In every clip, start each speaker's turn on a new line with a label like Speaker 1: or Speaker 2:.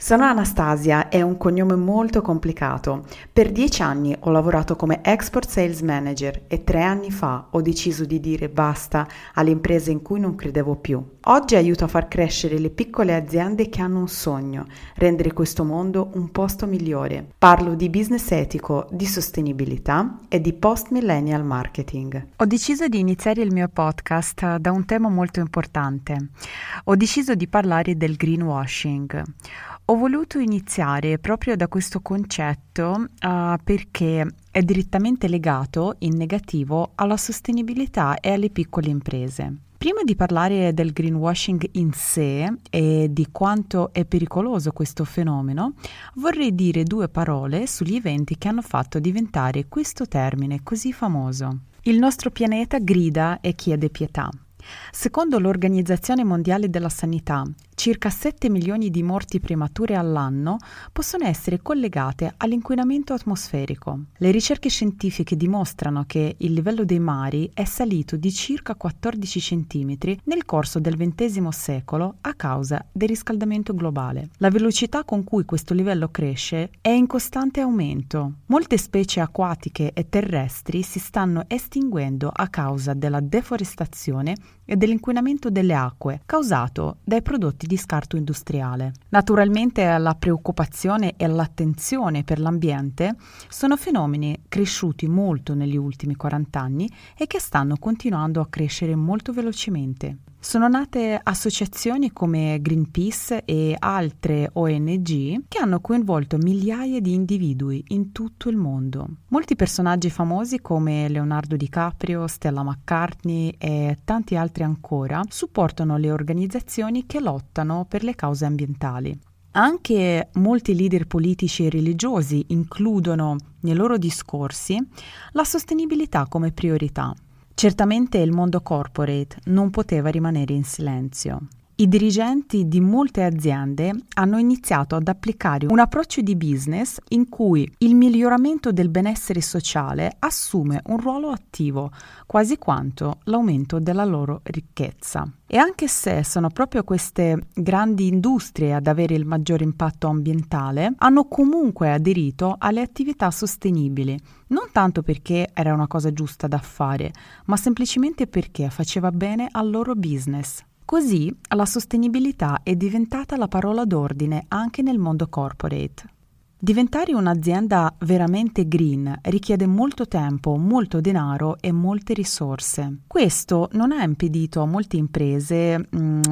Speaker 1: Sono Anastasia, è un cognome molto complicato. Per 10 anni ho lavorato come Export Sales Manager e 3 anni fa ho deciso di dire basta alle imprese in cui non credevo più. Oggi aiuto a far crescere le piccole aziende che hanno un sogno, rendere questo mondo un posto migliore. Parlo di business etico, di sostenibilità e di post-millennial marketing.
Speaker 2: Ho deciso di iniziare il mio podcast da un tema molto importante. Ho deciso di parlare del greenwashing. Ho voluto iniziare proprio da questo concetto perché è direttamente legato in negativo alla sostenibilità e alle piccole imprese. Prima di parlare del greenwashing in sé e di quanto è pericoloso questo fenomeno, vorrei dire 2 parole sugli eventi che hanno fatto diventare questo termine così famoso. Il nostro pianeta grida e chiede pietà. Secondo l'Organizzazione Mondiale della Sanità, circa 7 milioni di morti premature all'anno possono essere collegate all'inquinamento atmosferico. Le ricerche scientifiche dimostrano che il livello dei mari è salito di circa 14 centimetri nel corso del XX secolo a causa del riscaldamento globale. La velocità con cui questo livello cresce è in costante aumento. Molte specie acquatiche e terrestri si stanno estinguendo a causa della deforestazione e dell'inquinamento delle acque causato dai prodotti di scarto industriale. Naturalmente la preoccupazione e l'attenzione per l'ambiente sono fenomeni cresciuti molto negli ultimi 40 anni e che stanno continuando a crescere molto velocemente. Sono nate associazioni come Greenpeace e altre ONG che hanno coinvolto migliaia di individui in tutto il mondo. Molti personaggi famosi come Leonardo DiCaprio, Stella McCartney e tanti altri ancora supportano le organizzazioni che lottano per le cause ambientali. Anche molti leader politici e religiosi includono nei loro discorsi la sostenibilità come priorità. Certamente il mondo corporate non poteva rimanere in silenzio. I dirigenti di molte aziende hanno iniziato ad applicare un approccio di business in cui il miglioramento del benessere sociale assume un ruolo attivo, quasi quanto l'aumento della loro ricchezza. E anche se sono proprio queste grandi industrie ad avere il maggiore impatto ambientale, hanno comunque aderito alle attività sostenibili, non tanto perché era una cosa giusta da fare, ma semplicemente perché faceva bene al loro business. Così la sostenibilità è diventata la parola d'ordine anche nel mondo corporate. Diventare un'azienda veramente green richiede molto tempo, molto denaro e molte risorse. Questo non ha impedito a molte imprese,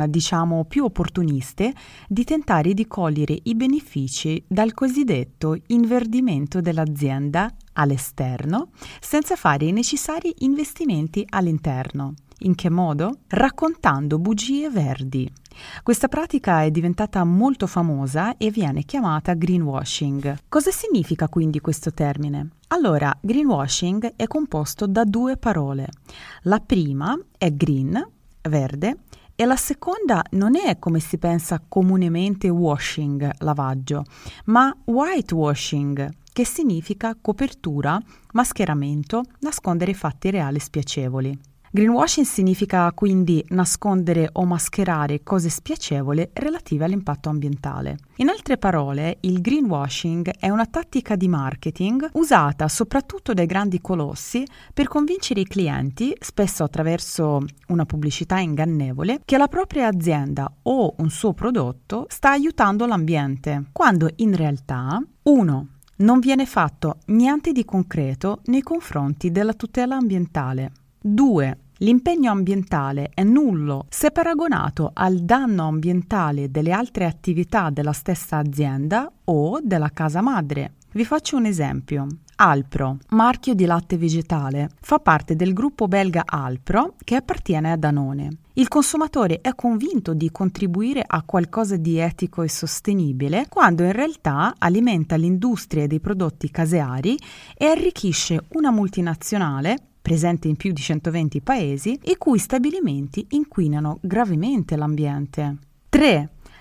Speaker 2: più opportuniste, di tentare di cogliere i benefici dal cosiddetto inverdimento dell'azienda all'esterno, senza fare i necessari investimenti all'interno. In che modo? Raccontando bugie verdi. Questa pratica è diventata molto famosa e viene chiamata greenwashing. Cosa significa quindi questo termine? Allora, greenwashing è composto da 2 parole. La prima è green, verde, e la seconda non è come si pensa comunemente washing, lavaggio, ma whitewashing, che significa copertura, mascheramento, nascondere fatti reali spiacevoli. Greenwashing significa quindi nascondere o mascherare cose spiacevoli relative all'impatto ambientale. In altre parole, il greenwashing è una tattica di marketing usata soprattutto dai grandi colossi per convincere i clienti, spesso attraverso una pubblicità ingannevole, che la propria azienda o un suo prodotto sta aiutando l'ambiente, quando in realtà 1. Non viene fatto niente di concreto nei confronti della tutela ambientale. 2. L'impegno ambientale è nullo se paragonato al danno ambientale delle altre attività della stessa azienda o della casa madre. Vi faccio un esempio. Alpro, marchio di latte vegetale, fa parte del gruppo belga Alpro che appartiene a Danone. Il consumatore è convinto di contribuire a qualcosa di etico e sostenibile quando in realtà alimenta l'industria dei prodotti caseari e arricchisce una multinazionale presente in più di 120 paesi, i cui stabilimenti inquinano gravemente l'ambiente. 3.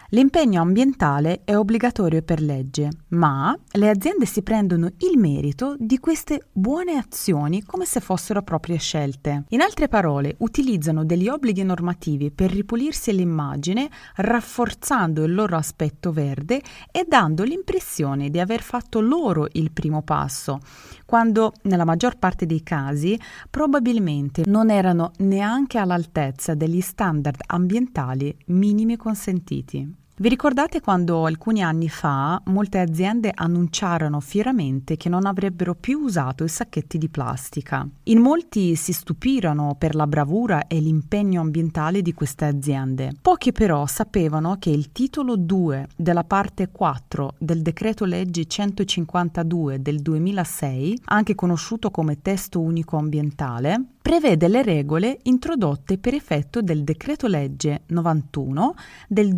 Speaker 2: L'impegno ambientale è obbligatorio per legge, ma le aziende si prendono il merito di queste buone azioni come se fossero proprie scelte. In altre parole, utilizzano degli obblighi normativi per ripulirsi l'immagine, rafforzando il loro aspetto verde e dando l'impressione di aver fatto loro il primo passo, quando nella maggior parte dei casi probabilmente non erano neanche all'altezza degli standard ambientali minimi consentiti. Vi ricordate quando alcuni anni fa molte aziende annunciarono fieramente che non avrebbero più usato i sacchetti di plastica? In molti si stupirono per la bravura e l'impegno ambientale di queste aziende. Pochi però sapevano che il titolo 2 della parte 4 del decreto legge 152 del 2006, anche conosciuto come testo unico ambientale, prevede le regole introdotte per effetto del decreto legge 91 del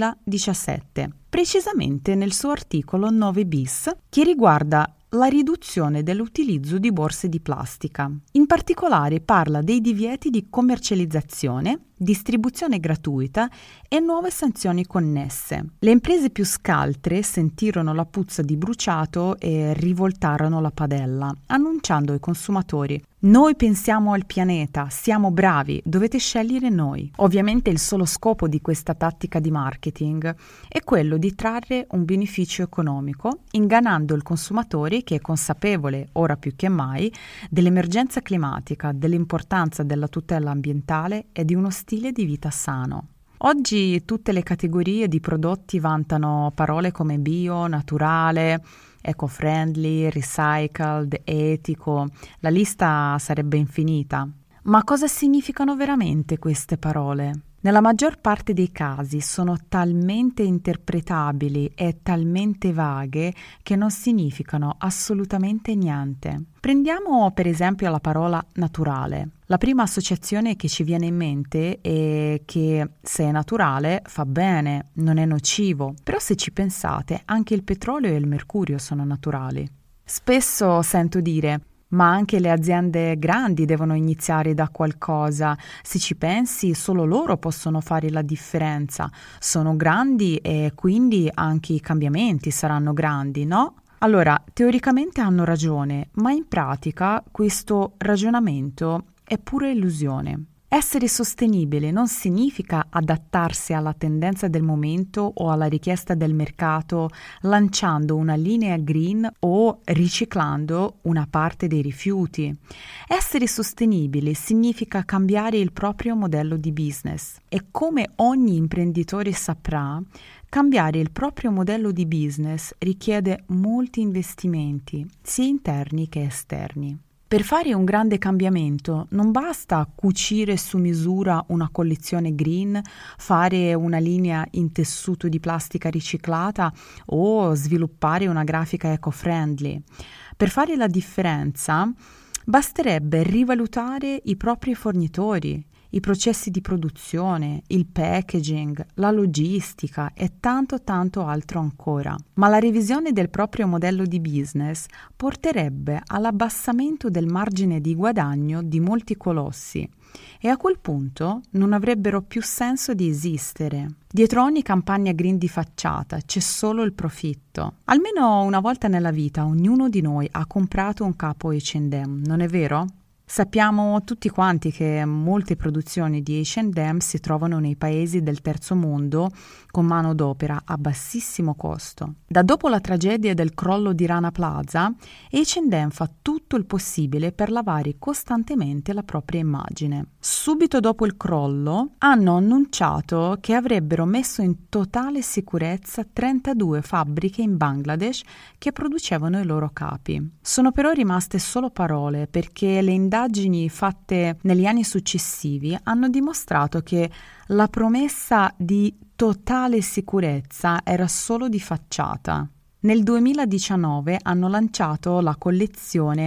Speaker 2: 2017, precisamente nel suo articolo 9 bis, che riguarda la riduzione dell'utilizzo di borse di plastica. In particolare parla dei divieti di commercializzazione, distribuzione gratuita e nuove sanzioni connesse. Le imprese più scaltre sentirono la puzza di bruciato e rivoltarono la padella, annunciando ai consumatori: noi pensiamo al pianeta, siamo bravi, dovete scegliere noi. Ovviamente il solo scopo di questa tattica di marketing è quello di trarre un beneficio economico, ingannando il consumatore che è consapevole, ora più che mai, dell'emergenza climatica, dell'importanza della tutela ambientale e di uno stile di vita sano. Oggi tutte le categorie di prodotti vantano parole come bio, naturale, eco-friendly, recycled, etico. La lista sarebbe infinita. Ma cosa significano veramente queste parole? Nella maggior parte dei casi sono talmente interpretabili e talmente vaghe che non significano assolutamente niente. Prendiamo per esempio la parola naturale. La prima associazione che ci viene in mente è che se è naturale fa bene, non è nocivo. Però se ci pensate, anche il petrolio e il mercurio sono naturali. Spesso sento dire: ma anche le aziende grandi devono iniziare da qualcosa. Se ci pensi, solo loro possono fare la differenza. Sono grandi e quindi anche i cambiamenti saranno grandi, no? Allora, teoricamente hanno ragione, ma in pratica questo ragionamento è pura illusione. Essere sostenibile non significa adattarsi alla tendenza del momento o alla richiesta del mercato lanciando una linea green o riciclando una parte dei rifiuti. Essere sostenibile significa cambiare il proprio modello di business e, come ogni imprenditore saprà, cambiare il proprio modello di business richiede molti investimenti, sia interni che esterni. Per fare un grande cambiamento non basta cucire su misura una collezione green, fare una linea in tessuto di plastica riciclata o sviluppare una grafica eco-friendly. Per fare la differenza basterebbe rivalutare i propri fornitori, i processi di produzione, il packaging, la logistica e tanto altro ancora. Ma la revisione del proprio modello di business porterebbe all'abbassamento del margine di guadagno di molti colossi e a quel punto non avrebbero più senso di esistere. Dietro ogni campagna green di facciata c'è solo il profitto. Almeno una volta nella vita ognuno di noi ha comprato un capo H&M, non è vero? Sappiamo tutti quanti che molte produzioni di H&M si trovano nei paesi del terzo mondo con manodopera a bassissimo costo. Da dopo la tragedia del crollo di Rana Plaza, H&M fa tutto il possibile per lavare costantemente la propria immagine. Subito dopo il crollo hanno annunciato che avrebbero messo in totale sicurezza 32 fabbriche in Bangladesh che producevano i loro capi. Sono però rimaste solo parole, perché le indagini fatte negli anni successivi hanno dimostrato che la promessa di totale sicurezza era solo di facciata. Nel 2019 hanno lanciato la collezione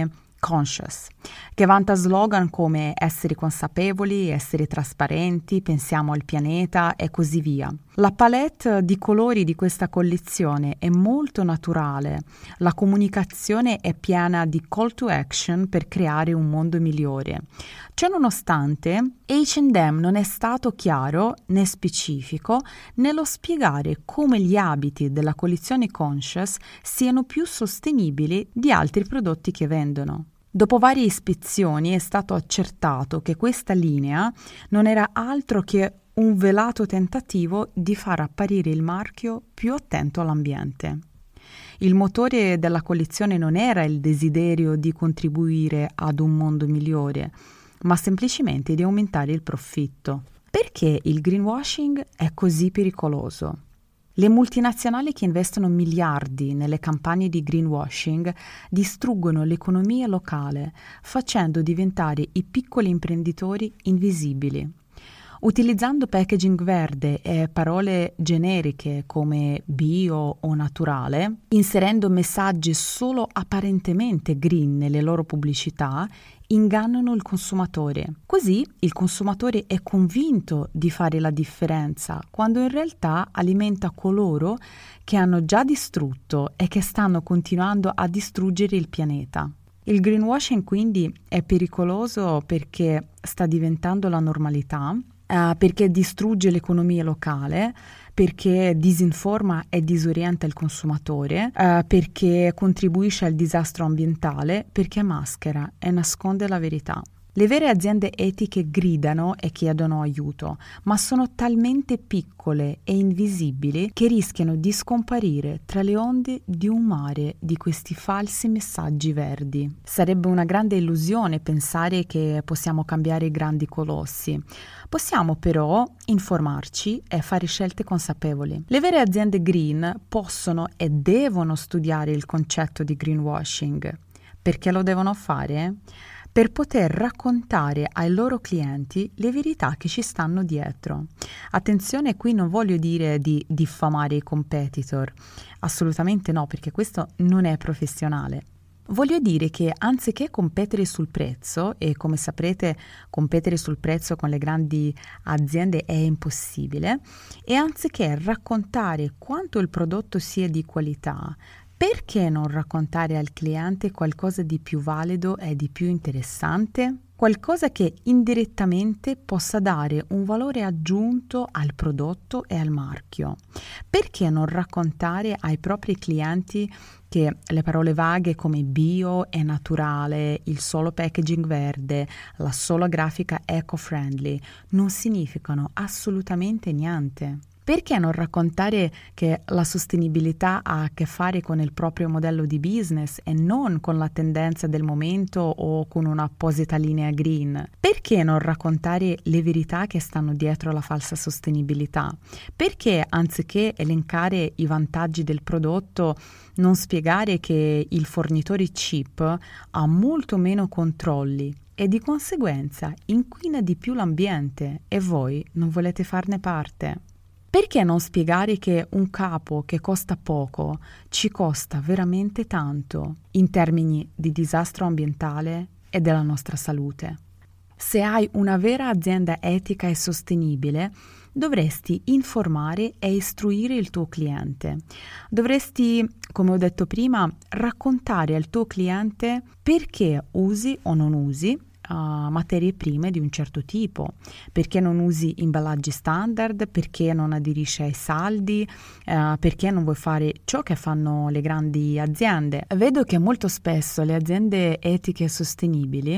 Speaker 2: conscious, che vanta slogan come essere consapevoli, essere trasparenti, pensiamo al pianeta e così via. La palette di colori di questa collezione è molto naturale, la comunicazione è piena di call to action per creare un mondo migliore. Ciononostante, H&M non è stato chiaro né specifico nello spiegare come gli abiti della collezione Conscious siano più sostenibili di altri prodotti che vendono. Dopo varie ispezioni è stato accertato che questa linea non era altro che un velato tentativo di far apparire il marchio più attento all'ambiente. Il motore della collezione non era il desiderio di contribuire ad un mondo migliore, ma semplicemente di aumentare il profitto. Perché il greenwashing è così pericoloso? Le multinazionali che investono miliardi nelle campagne di greenwashing distruggono l'economia locale, facendo diventare i piccoli imprenditori invisibili. Utilizzando packaging verde e parole generiche come bio o naturale, inserendo messaggi solo apparentemente green nelle loro pubblicità, ingannano il consumatore. Così il consumatore è convinto di fare la differenza, quando in realtà alimenta coloro che hanno già distrutto e che stanno continuando a distruggere il pianeta. Il greenwashing quindi è pericoloso perché sta diventando la normalità, perché distrugge l'economia locale, perché disinforma e disorienta il consumatore, perché contribuisce al disastro ambientale, perché maschera e nasconde la verità. Le vere aziende etiche gridano e chiedono aiuto, ma sono talmente piccole e invisibili che rischiano di scomparire tra le onde di un mare di questi falsi messaggi verdi. Sarebbe una grande illusione pensare che possiamo cambiare i grandi colossi. Possiamo però informarci e fare scelte consapevoli. Le vere aziende green possono e devono studiare il concetto di greenwashing. Perché lo devono fare? Per poter raccontare ai loro clienti le verità che ci stanno dietro. Attenzione, qui non voglio dire di diffamare i competitor, assolutamente no, perché questo non è professionale. Voglio dire che anziché competere sul prezzo, e come saprete competere sul prezzo con le grandi aziende è impossibile, e anziché raccontare quanto il prodotto sia di qualità, perché non raccontare al cliente qualcosa di più valido e di più interessante? Qualcosa che indirettamente possa dare un valore aggiunto al prodotto e al marchio. Perché non raccontare ai propri clienti che le parole vaghe come bio e naturale, il solo packaging verde, la sola grafica eco-friendly non significano assolutamente niente? Perché non raccontare che la sostenibilità ha a che fare con il proprio modello di business e non con la tendenza del momento o con un'apposita linea green? Perché non raccontare le verità che stanno dietro la falsa sostenibilità? Perché anziché elencare i vantaggi del prodotto, non spiegare che il fornitore cheap ha molto meno controlli e di conseguenza inquina di più l'ambiente e voi non volete farne parte? Perché non spiegare che un capo che costa poco ci costa veramente tanto in termini di disastro ambientale e della nostra salute? Se hai una vera azienda etica e sostenibile, dovresti informare e istruire il tuo cliente. Dovresti, come ho detto prima, raccontare al tuo cliente perché usi o non usi materie prime di un certo tipo, perché non usi imballaggi standard, perché non aderisci ai saldi, perché non vuoi fare ciò che fanno le grandi aziende. Vedo che molto spesso le aziende etiche e sostenibili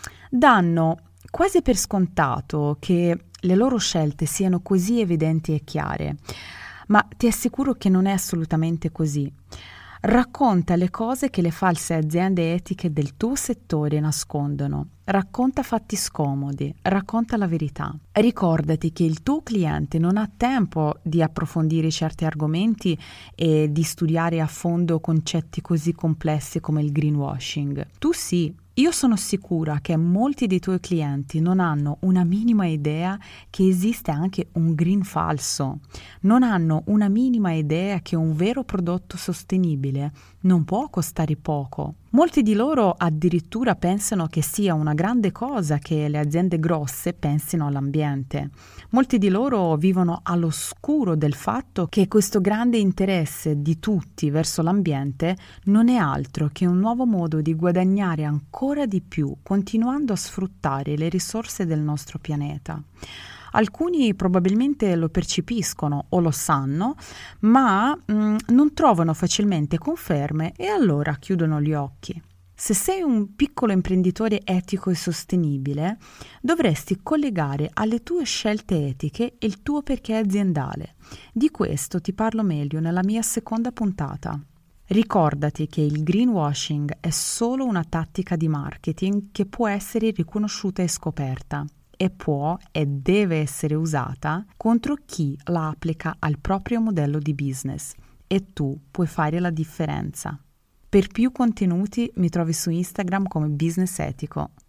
Speaker 2: danno quasi per scontato che le loro scelte siano così evidenti e chiare, ma ti assicuro che non è assolutamente così. Racconta le cose che le false aziende etiche del tuo settore nascondono. Racconta fatti scomodi, racconta la verità. Ricordati che il tuo cliente non ha tempo di approfondire certi argomenti e di studiare a fondo concetti così complessi come il greenwashing. Tu sì. Io sono sicura che molti dei tuoi clienti non hanno una minima idea che esiste anche un green falso. Non hanno una minima idea che un vero prodotto sostenibile non può costare poco. Molti di loro addirittura pensano che sia una grande cosa che le aziende grosse pensino all'ambiente. Molti di loro vivono all'oscuro del fatto che questo grande interesse di tutti verso l'ambiente non è altro che un nuovo modo di guadagnare ancora di più, continuando a sfruttare le risorse del nostro pianeta. Alcuni probabilmente lo percepiscono o lo sanno, ma non trovano facilmente conferme e allora chiudono gli occhi. Se sei un piccolo imprenditore etico e sostenibile, dovresti collegare alle tue scelte etiche il tuo perché aziendale. Di questo ti parlo meglio nella mia seconda puntata. Ricordati che il greenwashing è solo una tattica di marketing che può essere riconosciuta e scoperta. E può e deve essere usata contro chi la applica al proprio modello di business e tu puoi fare la differenza. Per più contenuti mi trovi su Instagram come Business Etico.